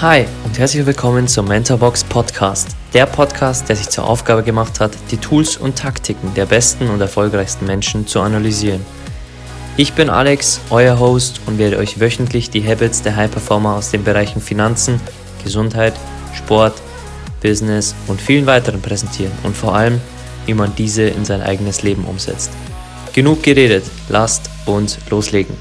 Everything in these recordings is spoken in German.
Hi und herzlich willkommen zum Mentorbox Podcast. Der Podcast, der sich zur Aufgabe gemacht hat, die Tools und Taktiken der besten und erfolgreichsten Menschen zu analysieren. Ich bin Alex, euer Host und werde euch wöchentlich die Habits der High-Performer aus den Bereichen Finanzen, Gesundheit, Sport, Business und vielen weiteren präsentieren und vor allem, wie man diese in sein eigenes Leben umsetzt. Genug geredet, lasst uns loslegen.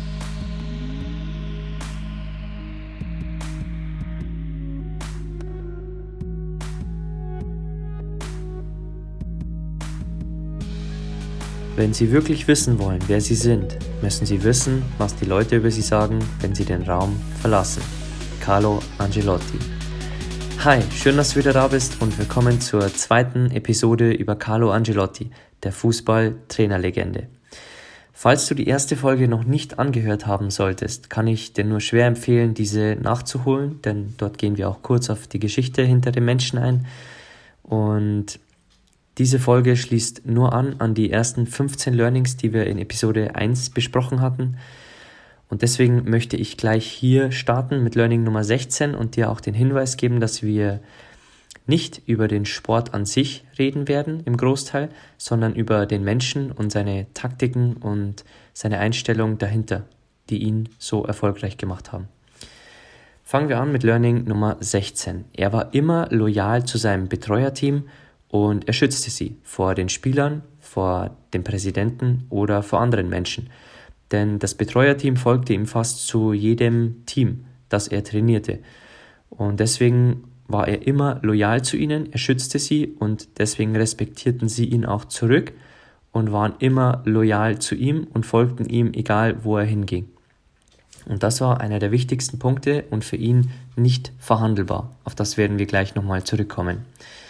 Wenn Sie wirklich wissen wollen, wer Sie sind, müssen Sie wissen, was die Leute über Sie sagen, wenn Sie den Raum verlassen. Carlo Ancelotti. Hi, schön, dass du wieder da bist und willkommen zur zweiten Episode über Carlo Ancelotti, der Fußball-Trainerlegende. Falls du die erste Folge noch nicht angehört haben solltest, kann ich dir nur schwer empfehlen, diese nachzuholen, denn dort gehen wir auch kurz auf die Geschichte hinter dem Menschen ein. Und diese Folge schließt nur an die ersten 15 Learnings, die wir in Episode 1 besprochen hatten. Und deswegen möchte ich gleich hier starten mit Learning Nummer 16 und dir auch den Hinweis geben, dass wir nicht über den Sport an sich reden werden im Großteil, sondern über den Menschen und seine Taktiken und seine Einstellung dahinter, die ihn so erfolgreich gemacht haben. Fangen wir an mit Learning Nummer 16. Er war immer loyal zu seinem Betreuerteam und er schützte sie vor den Spielern, vor dem Präsidenten oder vor anderen Menschen. Denn das Betreuerteam folgte ihm fast zu jedem Team, das er trainierte. Und deswegen war er immer loyal zu ihnen, er schützte sie und deswegen respektierten sie ihn auch zurück und waren immer loyal zu ihm und folgten ihm, egal wo er hinging. Und das war einer der wichtigsten Punkte und für ihn nicht verhandelbar. Auf das werden wir gleich nochmal zurückkommen.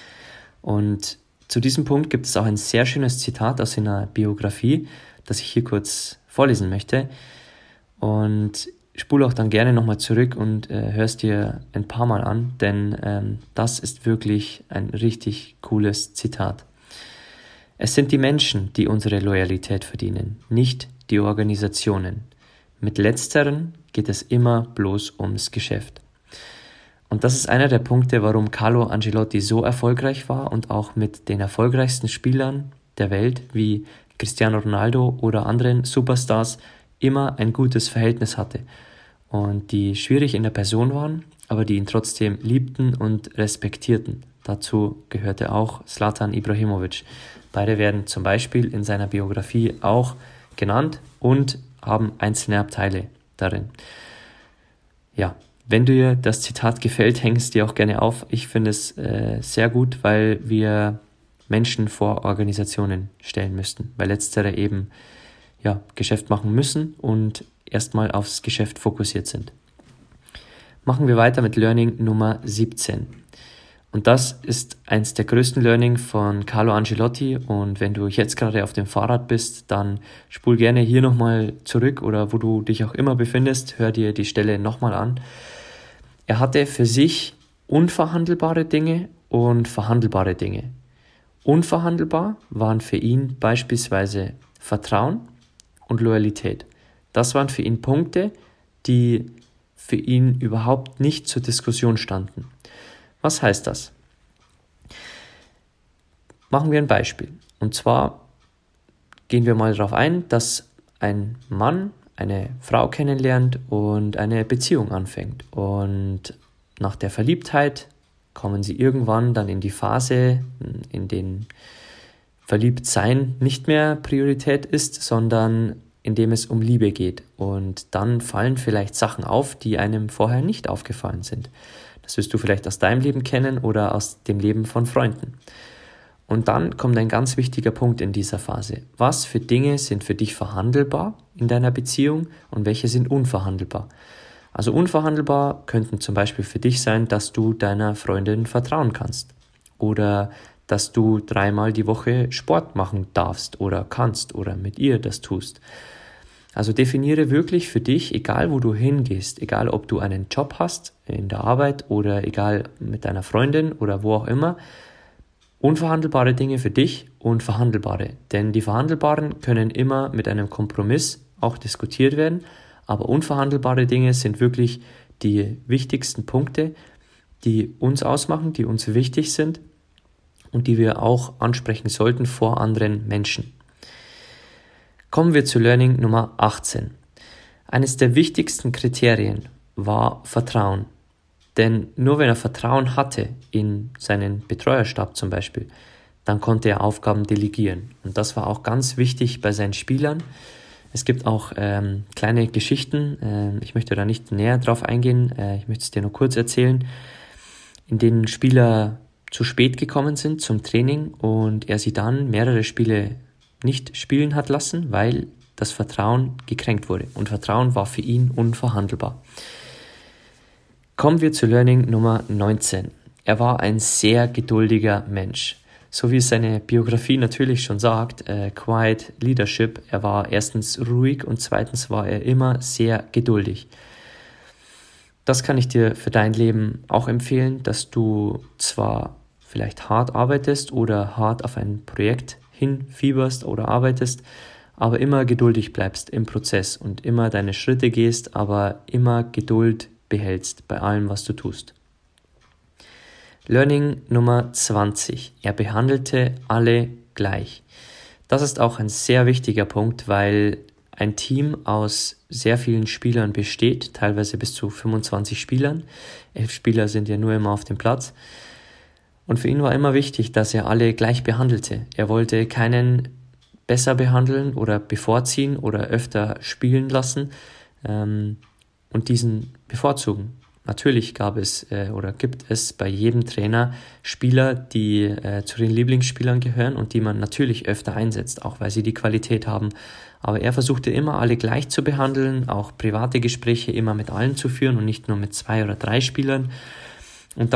Und zu diesem Punkt gibt es auch ein sehr schönes Zitat aus seiner Biografie, das ich hier kurz vorlesen möchte. Und spule auch dann gerne nochmal zurück und hörst dir ein paar Mal an, denn das ist wirklich ein richtig cooles Zitat. Es sind die Menschen, die unsere Loyalität verdienen, nicht die Organisationen. Mit letzteren geht es immer bloß ums Geschäft. Und das ist einer der Punkte, warum Carlo Ancelotti so erfolgreich war und auch mit den erfolgreichsten Spielern der Welt wie Cristiano Ronaldo oder anderen Superstars immer ein gutes Verhältnis hatte und die schwierig in der Person waren, aber die ihn trotzdem liebten und respektierten. Dazu gehörte auch Zlatan Ibrahimovic. Beide werden zum Beispiel in seiner Biografie auch genannt und haben einzelne Abteile darin. Ja. Wenn dir das Zitat gefällt, häng es dir auch gerne auf. Ich finde es sehr gut, weil wir Menschen vor Organisationen stellen müssten, weil letztere eben Geschäft machen müssen und erstmal aufs Geschäft fokussiert sind. Machen wir weiter mit Learning Nummer 17. Und das ist eins der größten Learning von Carlo Ancelotti und wenn du jetzt gerade auf dem Fahrrad bist, dann spul gerne hier nochmal zurück oder wo du dich auch immer befindest, hör dir die Stelle nochmal an. Er hatte für sich unverhandelbare Dinge und verhandelbare Dinge. Unverhandelbar waren für ihn beispielsweise Vertrauen und Loyalität. Das waren für ihn Punkte, die für ihn überhaupt nicht zur Diskussion standen. Was heißt das? Machen wir ein Beispiel. Und zwar gehen wir mal darauf ein, dass ein Mann eine Frau kennenlernt und eine Beziehung anfängt. Und nach der Verliebtheit kommen sie irgendwann dann in die Phase, in der Verliebtsein nicht mehr Priorität ist, sondern in dem es um Liebe geht. Und dann fallen vielleicht Sachen auf, die einem vorher nicht aufgefallen sind. Das wirst du vielleicht aus deinem Leben kennen oder aus dem Leben von Freunden. Und dann kommt ein ganz wichtiger Punkt in dieser Phase. Was für Dinge sind für dich verhandelbar in deiner Beziehung und welche sind unverhandelbar? Also unverhandelbar könnten zum Beispiel für dich sein, dass du deiner Freundin vertrauen kannst oder dass du 3-mal die Woche Sport machen darfst oder kannst oder mit ihr das tust. Also definiere wirklich für dich, egal wo du hingehst, egal ob du einen Job hast in der Arbeit oder egal mit deiner Freundin oder wo auch immer, unverhandelbare Dinge für dich und verhandelbare. Denn die verhandelbaren können immer mit einem Kompromiss auch diskutiert werden, aber unverhandelbare Dinge sind wirklich die wichtigsten Punkte, die uns ausmachen, die uns wichtig sind und die wir auch ansprechen sollten vor anderen Menschen. Kommen wir zu Learning Nummer 18. Eines der wichtigsten Kriterien war Vertrauen. Denn nur wenn er Vertrauen hatte in seinen Betreuerstab zum Beispiel, dann konnte er Aufgaben delegieren. Und das war auch ganz wichtig bei seinen Spielern. Es gibt auch kleine Geschichten, ich möchte da nicht näher drauf eingehen, ich möchte es dir nur kurz erzählen, in denen Spieler zu spät gekommen sind zum Training und er sie dann mehrere Spiele nicht spielen hat lassen, weil das Vertrauen gekränkt wurde. Und Vertrauen war für ihn unverhandelbar. Kommen wir zu Learning Nummer 19. Er war ein sehr geduldiger Mensch. So wie es seine Biografie natürlich schon sagt, Quiet Leadership, er war erstens ruhig und zweitens war er immer sehr geduldig. Das kann ich dir für dein Leben auch empfehlen, dass du zwar vielleicht hart arbeitest oder hart auf ein Projekt hinfieberst oder arbeitest, aber immer geduldig bleibst im Prozess und immer deine Schritte gehst, aber immer Geduld behältst bei allem, was du tust. Learning Nummer 20. Er behandelte alle gleich. Das ist auch ein sehr wichtiger Punkt, weil ein Team aus sehr vielen Spielern besteht, teilweise bis zu 25 Spielern. 11 Spieler sind ja nur immer auf dem Platz. Und für ihn war immer wichtig, dass er alle gleich behandelte. Er wollte keinen besser behandeln oder bevorziehen oder öfter spielen lassen und diesen bevorzugen. Natürlich gab es oder gibt es bei jedem Trainer Spieler, die zu den Lieblingsspielern gehören und die man natürlich öfter einsetzt, auch weil sie die Qualität haben. Aber er versuchte immer, alle gleich zu behandeln, auch private Gespräche immer mit allen zu führen und nicht nur mit 2 oder 3 Spielern. Und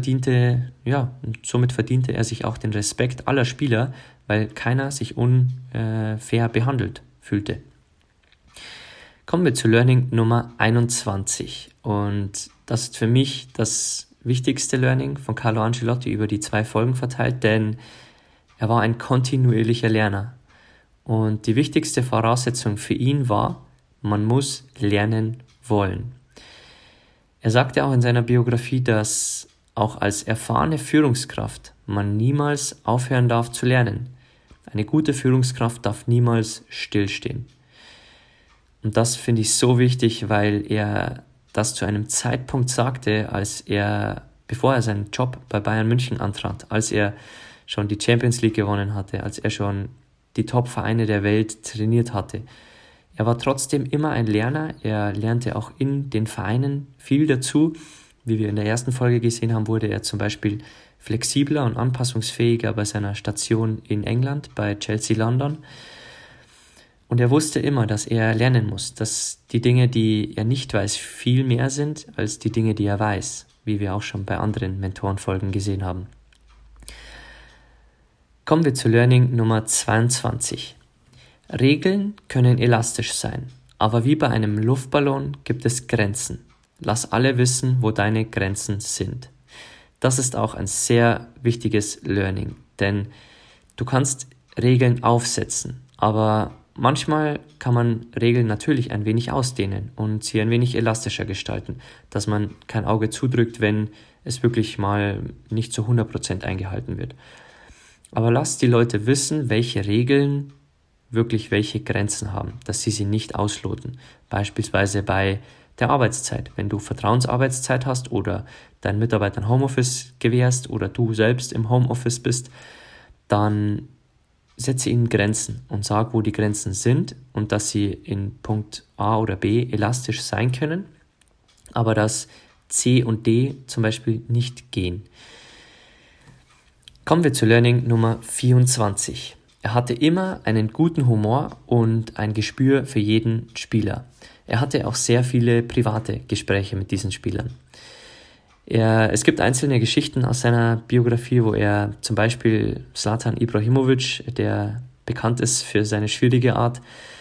somit verdiente er sich auch den Respekt aller Spieler, weil keiner sich unfair behandelt fühlte. Kommen wir zu Learning Nummer 21. Und das ist für mich das wichtigste Learning von Carlo Ancelotti über die 2 Folgen verteilt, denn er war ein kontinuierlicher Lerner. Und die wichtigste Voraussetzung für ihn war, man muss lernen wollen. Er sagte auch in seiner Biografie, dass auch als erfahrene Führungskraft man niemals aufhören darf zu lernen. Eine gute Führungskraft darf niemals stillstehen. Und das finde ich so wichtig, weil er das zu einem Zeitpunkt sagte, bevor er seinen Job bei Bayern München antrat, als er schon die Champions League gewonnen hatte, als er schon die Top-Vereine der Welt trainiert hatte. Er war trotzdem immer ein Lerner, er lernte auch in den Vereinen viel dazu. Wie wir in der ersten Folge gesehen haben, wurde er zum Beispiel flexibler und anpassungsfähiger bei seiner Station in England, bei Chelsea London. Und er wusste immer, dass er lernen muss, dass die Dinge, die er nicht weiß, viel mehr sind als die Dinge, die er weiß, wie wir auch schon bei anderen Mentorenfolgen gesehen haben. Kommen wir zu Learning Nummer 22. Regeln können elastisch sein, aber wie bei einem Luftballon gibt es Grenzen. Lass alle wissen, wo deine Grenzen sind. Das ist auch ein sehr wichtiges Learning, denn du kannst Regeln aufsetzen, aber manchmal kann man Regeln natürlich ein wenig ausdehnen und sie ein wenig elastischer gestalten, dass man kein Auge zudrückt, wenn es wirklich mal nicht zu 100% eingehalten wird. Aber lass die Leute wissen, welche Regeln wirklich welche Grenzen haben, dass sie nicht ausloten. Beispielsweise bei der Arbeitszeit. Wenn du Vertrauensarbeitszeit hast oder deinen Mitarbeitern Homeoffice gewährst oder du selbst im Homeoffice bist, dann setze ihnen Grenzen und sag, wo die Grenzen sind und dass sie in Punkt A oder B elastisch sein können, aber dass C und D zum Beispiel nicht gehen. Kommen wir zu Learning Nummer 24. Er hatte immer einen guten Humor und ein Gespür für jeden Spieler. Er hatte auch sehr viele private Gespräche mit diesen Spielern. Es gibt einzelne Geschichten aus seiner Biografie, wo er zum Beispiel Zlatan Ibrahimovic, der bekannt ist für seine schwierige Art,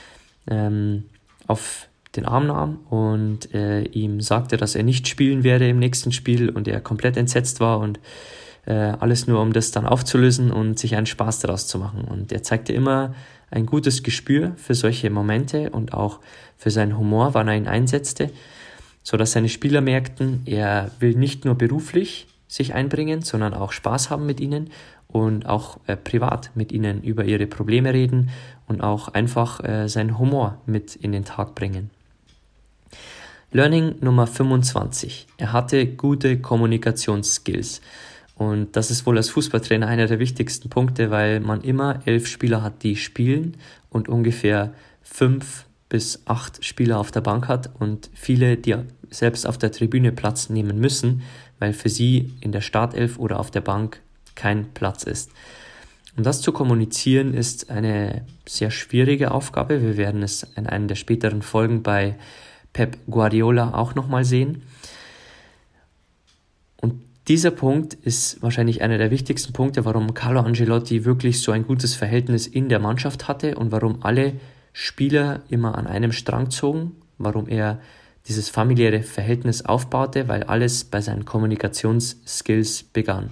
auf den Arm nahm und ihm sagte, dass er nicht spielen werde im nächsten Spiel und er komplett entsetzt war und alles nur, um das dann aufzulösen und sich einen Spaß daraus zu machen. Und er zeigte immer ein gutes Gespür für solche Momente und auch für seinen Humor, wann er ihn einsetzte. sodass seine Spieler merkten, er will nicht nur beruflich sich einbringen, sondern auch Spaß haben mit ihnen und auch privat mit ihnen über ihre Probleme reden und auch einfach seinen Humor mit in den Tag bringen. Learning Nummer 25. Er hatte gute Kommunikationsskills. Und das ist wohl als Fußballtrainer einer der wichtigsten Punkte, weil man immer 11 Spieler hat, die spielen und ungefähr 5 bis 8 Spieler auf der Bank hat und viele, die selbst auf der Tribüne Platz nehmen müssen, weil für sie in der Startelf oder auf der Bank kein Platz ist. Und das zu kommunizieren ist eine sehr schwierige Aufgabe. Wir werden es in einer der späteren Folgen bei Pep Guardiola auch nochmal sehen. Und dieser Punkt ist wahrscheinlich einer der wichtigsten Punkte, warum Carlo Ancelotti wirklich so ein gutes Verhältnis in der Mannschaft hatte und warum alle Spieler immer an einem Strang zogen, warum er dieses familiäre Verhältnis aufbaute, weil alles bei seinen Kommunikationsskills begann.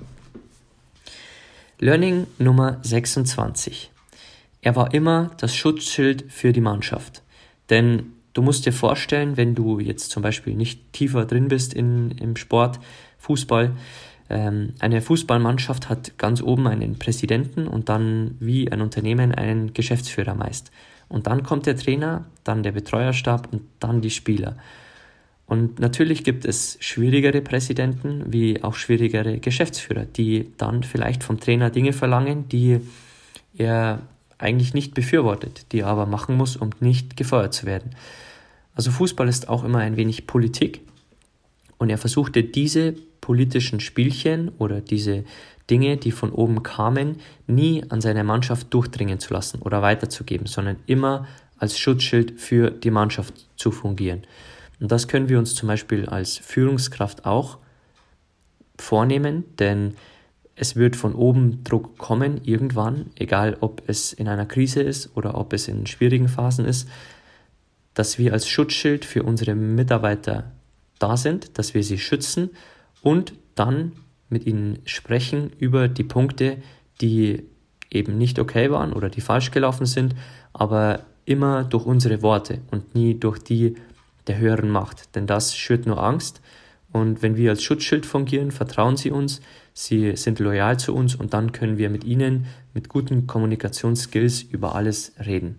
Learning Nummer 26. Er war immer das Schutzschild für die Mannschaft. Denn du musst dir vorstellen, wenn du jetzt zum Beispiel nicht tiefer drin bist im Sport, Fußball, eine Fußballmannschaft hat ganz oben einen Präsidenten und dann wie ein Unternehmen einen Geschäftsführer meist. Und dann kommt der Trainer, dann der Betreuerstab und dann die Spieler. Und natürlich gibt es schwierigere Präsidenten wie auch schwierigere Geschäftsführer, die dann vielleicht vom Trainer Dinge verlangen, die er eigentlich nicht befürwortet, die er aber machen muss, um nicht gefeuert zu werden. Also Fußball ist auch immer ein wenig Politik und er versuchte diese politischen Spielchen oder diese Dinge, die von oben kamen, nie an seine Mannschaft durchdringen zu lassen oder weiterzugeben, sondern immer als Schutzschild für die Mannschaft zu fungieren. Und das können wir uns zum Beispiel als Führungskraft auch vornehmen, denn es wird von oben Druck kommen irgendwann, egal ob es in einer Krise ist oder ob es in schwierigen Phasen ist, dass wir als Schutzschild für unsere Mitarbeiter da sind, dass wir sie schützen und dann mit ihnen sprechen über die Punkte, die eben nicht okay waren oder die falsch gelaufen sind, aber immer durch unsere Worte und nie durch die der höheren Macht, denn das schürt nur Angst und wenn wir als Schutzschild fungieren, vertrauen sie uns, sie sind loyal zu uns und dann können wir mit ihnen mit guten Kommunikationsskills über alles reden.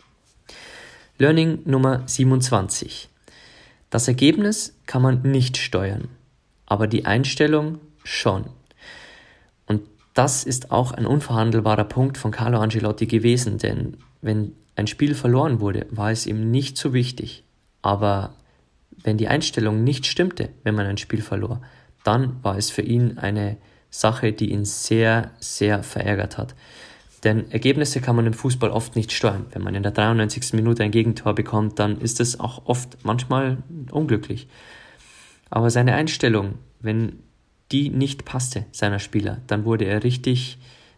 Learning Nummer 27. Das Ergebnis kann man nicht steuern, aber die Einstellung schon. Und das ist auch ein unverhandelbarer Punkt von Carlo Ancelotti gewesen, denn wenn ein Spiel verloren wurde, war es ihm nicht so wichtig. Aber wenn die Einstellung nicht stimmte, wenn man ein Spiel verlor, dann war es für ihn eine Sache, die ihn sehr, sehr verärgert hat. Denn Ergebnisse kann man im Fußball oft nicht steuern. Wenn man in der 93. Minute ein Gegentor bekommt, dann ist es auch oft manchmal unglücklich. Aber seine Einstellung, wenn die nicht passte, seiner Spieler, dann wurde er richtig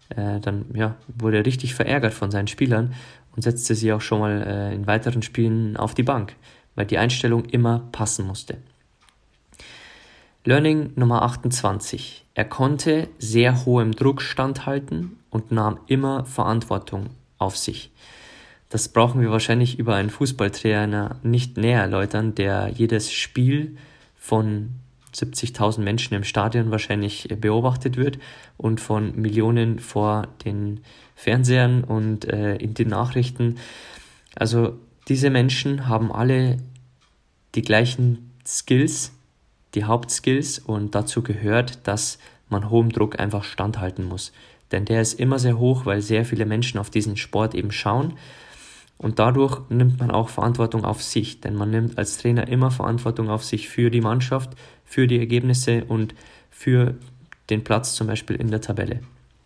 verärgert von seinen Spielern und setzte sie auch schon mal in weiteren Spielen auf die Bank, weil die Einstellung immer passen musste. Learning Nummer 28. Er konnte sehr hohem Druck standhalten und nahm immer Verantwortung auf sich. Das brauchen wir wahrscheinlich über einen Fußballtrainer nicht näher erläutern, der jedes Spiel von 70.000 Menschen im Stadion wahrscheinlich beobachtet wird und von Millionen vor den Fernsehern und in den Nachrichten. Also diese Menschen haben alle die gleichen Skills, die Hauptskills und dazu gehört, dass man hohem Druck einfach standhalten muss. Denn der ist immer sehr hoch, weil sehr viele Menschen auf diesen Sport eben schauen und dadurch nimmt man auch Verantwortung auf sich, denn man nimmt als Trainer immer Verantwortung auf sich für die Mannschaft, für die Ergebnisse und für den Platz zum Beispiel in der Tabelle.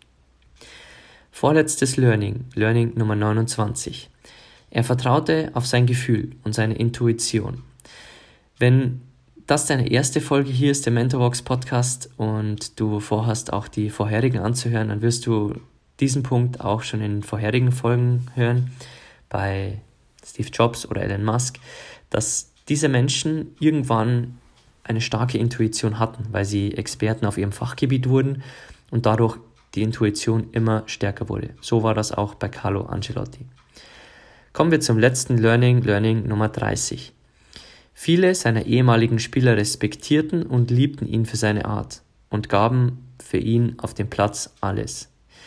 Vorletztes Learning Nummer 29. Er vertraute auf sein Gefühl und seine Intuition. Wenn das deine erste Folge hier ist, der Mentorbox Podcast, und du vorhast auch die vorherigen anzuhören, dann wirst du diesen Punkt auch schon in den vorherigen Folgen hören, bei Steve Jobs oder Elon Musk, dass diese Menschen irgendwann eine starke Intuition hatten, weil sie Experten auf ihrem Fachgebiet wurden und dadurch die Intuition immer stärker wurde. So war das auch bei Carlo Ancelotti. Kommen wir zum letzten Learning Nummer 30. Viele seiner ehemaligen Spieler respektierten und liebten ihn für seine Art und gaben für ihn auf dem Platz alles.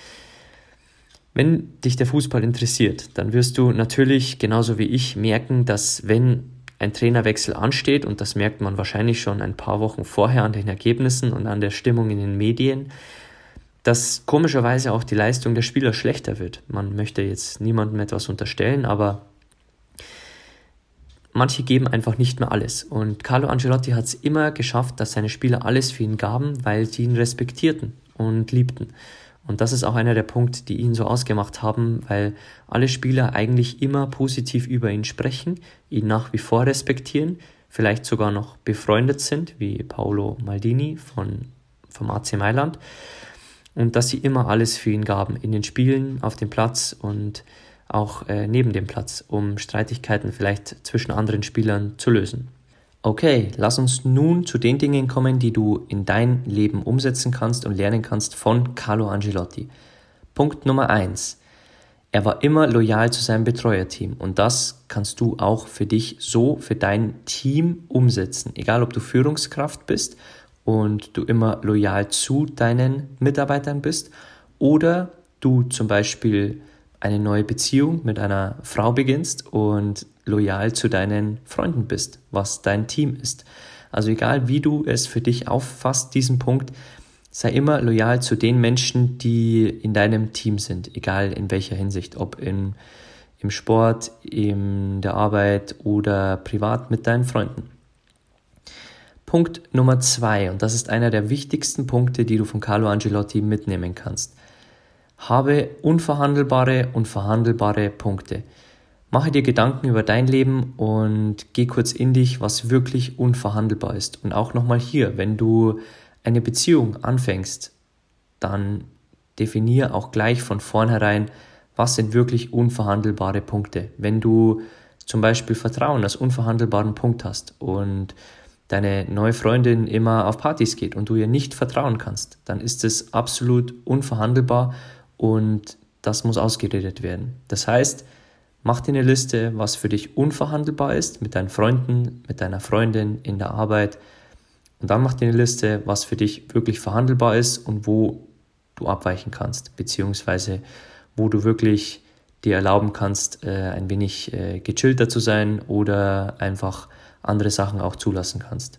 Wenn dich der Fußball interessiert, dann wirst du natürlich genauso wie ich merken, dass wenn ein Trainerwechsel ansteht, und das merkt man wahrscheinlich schon ein paar Wochen vorher an den Ergebnissen und an der Stimmung in den Medien, dass komischerweise auch die Leistung der Spieler schlechter wird. Man möchte jetzt niemandem etwas unterstellen, aber manche geben einfach nicht mehr alles. Und Carlo Ancelotti hat es immer geschafft, dass seine Spieler alles für ihn gaben, weil sie ihn respektierten und liebten. Und das ist auch einer der Punkte, die ihn so ausgemacht haben, weil alle Spieler eigentlich immer positiv über ihn sprechen, ihn nach wie vor respektieren, vielleicht sogar noch befreundet sind, wie Paolo Maldini vom AC Mailand. Und dass sie immer alles für ihn gaben, in den Spielen, auf dem Platz und auch neben dem Platz, um Streitigkeiten vielleicht zwischen anderen Spielern zu lösen. Okay, lass uns nun zu den Dingen kommen, die du in dein Leben umsetzen kannst und lernen kannst von Carlo Ancelotti. Punkt Nummer 1. Er war immer loyal zu seinem Betreuerteam und das kannst du auch für dich so für dein Team umsetzen. Egal, ob du Führungskraft bist und du immer loyal zu deinen Mitarbeitern bist oder du zum Beispiel eine neue Beziehung mit einer Frau beginnst und loyal zu deinen Freunden bist, was dein Team ist. Also egal, wie du es für dich auffasst, diesen Punkt, sei immer loyal zu den Menschen, die in deinem Team sind, egal in welcher Hinsicht, ob im Sport, in der Arbeit oder privat mit deinen Freunden. Punkt Nummer 2, und das ist einer der wichtigsten Punkte, die du von Carlo Ancelotti mitnehmen kannst. Habe unverhandelbare und verhandelbare Punkte. Mache dir Gedanken über dein Leben und geh kurz in dich, was wirklich unverhandelbar ist. Und auch nochmal hier, wenn du eine Beziehung anfängst, dann definier auch gleich von vornherein, was sind wirklich unverhandelbare Punkte. Wenn du zum Beispiel Vertrauen als unverhandelbaren Punkt hast und deine neue Freundin immer auf Partys geht und du ihr nicht vertrauen kannst, dann ist es absolut unverhandelbar und das muss ausgeredet werden. Das heißt, mach dir eine Liste, was für dich unverhandelbar ist, mit deinen Freunden, mit deiner Freundin, in der Arbeit. Und dann mach dir eine Liste, was für dich wirklich verhandelbar ist und wo du abweichen kannst, beziehungsweise wo du wirklich dir erlauben kannst, ein wenig gechillter zu sein oder einfach andere Sachen auch zulassen kannst.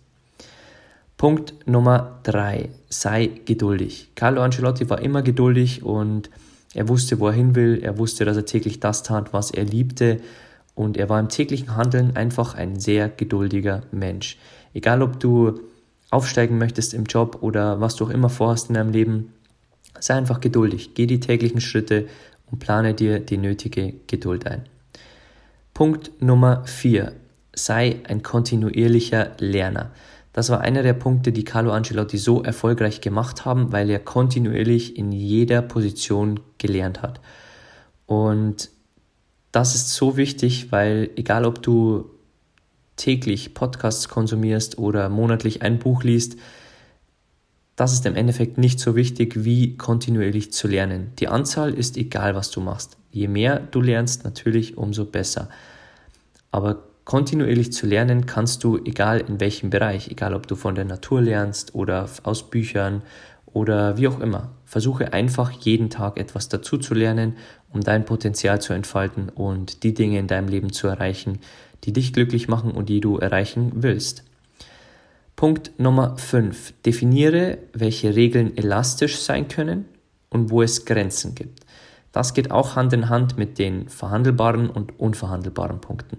Punkt Nummer 3. Sei geduldig. Carlo Ancelotti war immer geduldig und er wusste, wo er hin will. Er wusste, dass er täglich das tat, was er liebte. Und er war im täglichen Handeln einfach ein sehr geduldiger Mensch. Egal, ob du aufsteigen möchtest im Job oder was du auch immer vorhast in deinem Leben, sei einfach geduldig. Geh die täglichen Schritte und plane dir die nötige Geduld ein. Punkt Nummer 4. Sei ein kontinuierlicher Lerner. Das war einer der Punkte, die Carlo Ancelotti so erfolgreich gemacht haben, weil er kontinuierlich in jeder Position gelernt hat. Und das ist so wichtig, weil egal ob du täglich Podcasts konsumierst oder monatlich ein Buch liest, das ist im Endeffekt nicht so wichtig, wie kontinuierlich zu lernen. Die Anzahl ist egal, was du machst. Je mehr du lernst, natürlich umso besser. Aber kontinuierlich zu lernen kannst du, egal in welchem Bereich, egal ob du von der Natur lernst oder aus Büchern oder wie auch immer. Versuche einfach jeden Tag etwas dazu zu lernen, um dein Potenzial zu entfalten und die Dinge in deinem Leben zu erreichen, die dich glücklich machen und die du erreichen willst. Punkt Nummer 5. Definiere, welche Regeln elastisch sein können und wo es Grenzen gibt. Das geht auch Hand in Hand mit den verhandelbaren und unverhandelbaren Punkten.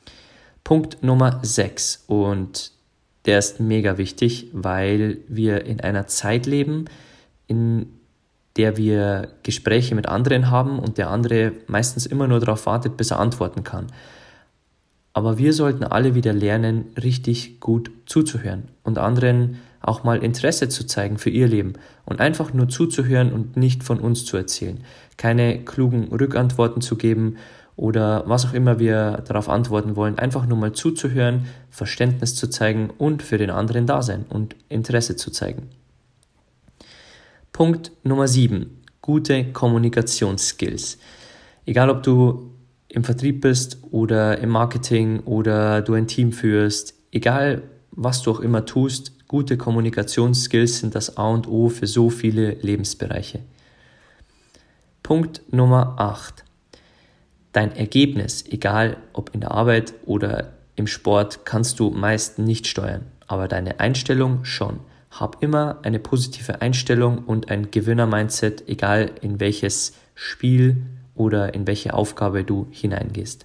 Punkt Nummer 6 und der ist mega wichtig, weil wir in einer Zeit leben, in der wir Gespräche mit anderen haben und der andere meistens immer nur darauf wartet, bis er antworten kann. Aber wir sollten alle wieder lernen, richtig gut zuzuhören und anderen auch mal Interesse zu zeigen für ihr Leben und einfach nur zuzuhören und nicht von uns zu erzählen. Keine klugen Rückantworten zu geben oder was auch immer wir darauf antworten wollen, einfach nur mal zuzuhören, Verständnis zu zeigen und für den anderen da sein und Interesse zu zeigen. Punkt Nummer 7. Gute Kommunikationsskills. Egal ob du im Vertrieb bist oder im Marketing oder du ein Team führst, egal was du auch immer tust, gute Kommunikationsskills sind das A und O für so viele Lebensbereiche. Punkt Nummer 8. Dein Ergebnis, egal ob in der Arbeit oder im Sport, kannst du meist nicht steuern, aber deine Einstellung schon. Hab immer eine positive Einstellung und ein Gewinner-Mindset, egal in welches Spiel oder in welche Aufgabe du hineingehst.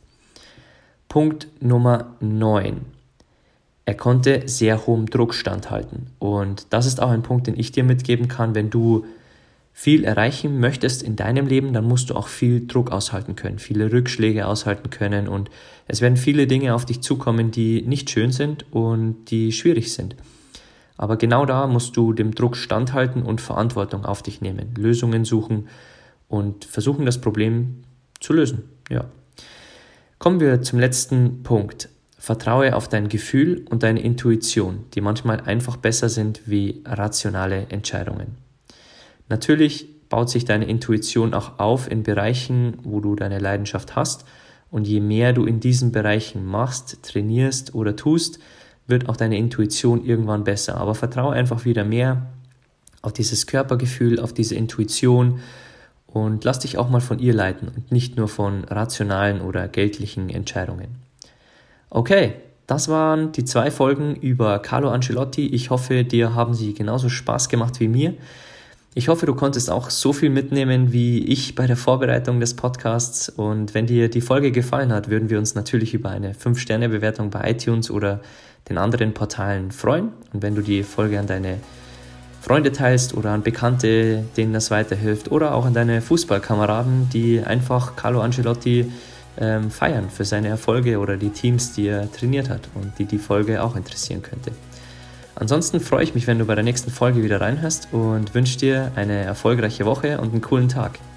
Punkt Nummer 9. Er konnte sehr hohem Druck standhalten. Und das ist auch ein Punkt, den ich dir mitgeben kann. Wenn du viel erreichen möchtest in deinem Leben, dann musst du auch viel Druck aushalten können, viele Rückschläge aushalten können. Und es werden viele Dinge auf dich zukommen, die nicht schön sind und die schwierig sind. Aber genau da musst du dem Druck standhalten und Verantwortung auf dich nehmen, Lösungen suchen und versuchen, das Problem zu lösen. Ja. Kommen wir zum letzten Punkt. Vertraue auf dein Gefühl und deine Intuition, die manchmal einfach besser sind wie rationale Entscheidungen. Natürlich baut sich deine Intuition auch auf in Bereichen, wo du deine Leidenschaft hast. Und je mehr du in diesen Bereichen machst, trainierst oder tust, wird auch deine Intuition irgendwann besser. Aber vertraue einfach wieder mehr auf dieses Körpergefühl, auf diese Intuition und lass dich auch mal von ihr leiten und nicht nur von rationalen oder geldlichen Entscheidungen. Okay, das waren die 2 Folgen über Carlo Ancelotti. Ich hoffe, dir haben sie genauso Spaß gemacht wie mir. Ich hoffe, du konntest auch so viel mitnehmen wie ich bei der Vorbereitung des Podcasts. Und wenn dir die Folge gefallen hat, würden wir uns natürlich über eine 5-Sterne-Bewertung bei iTunes oder den anderen Portalen freuen. Und wenn du die Folge an deine Freunde teilst oder an Bekannte, denen das weiterhilft, oder auch an deine Fußballkameraden, die einfach Carlo Ancelotti feiern für seine Erfolge oder die Teams, die er trainiert hat und die Folge auch interessieren könnte. Ansonsten freue ich mich, wenn du bei der nächsten Folge wieder reinhörst und wünsche dir eine erfolgreiche Woche und einen coolen Tag.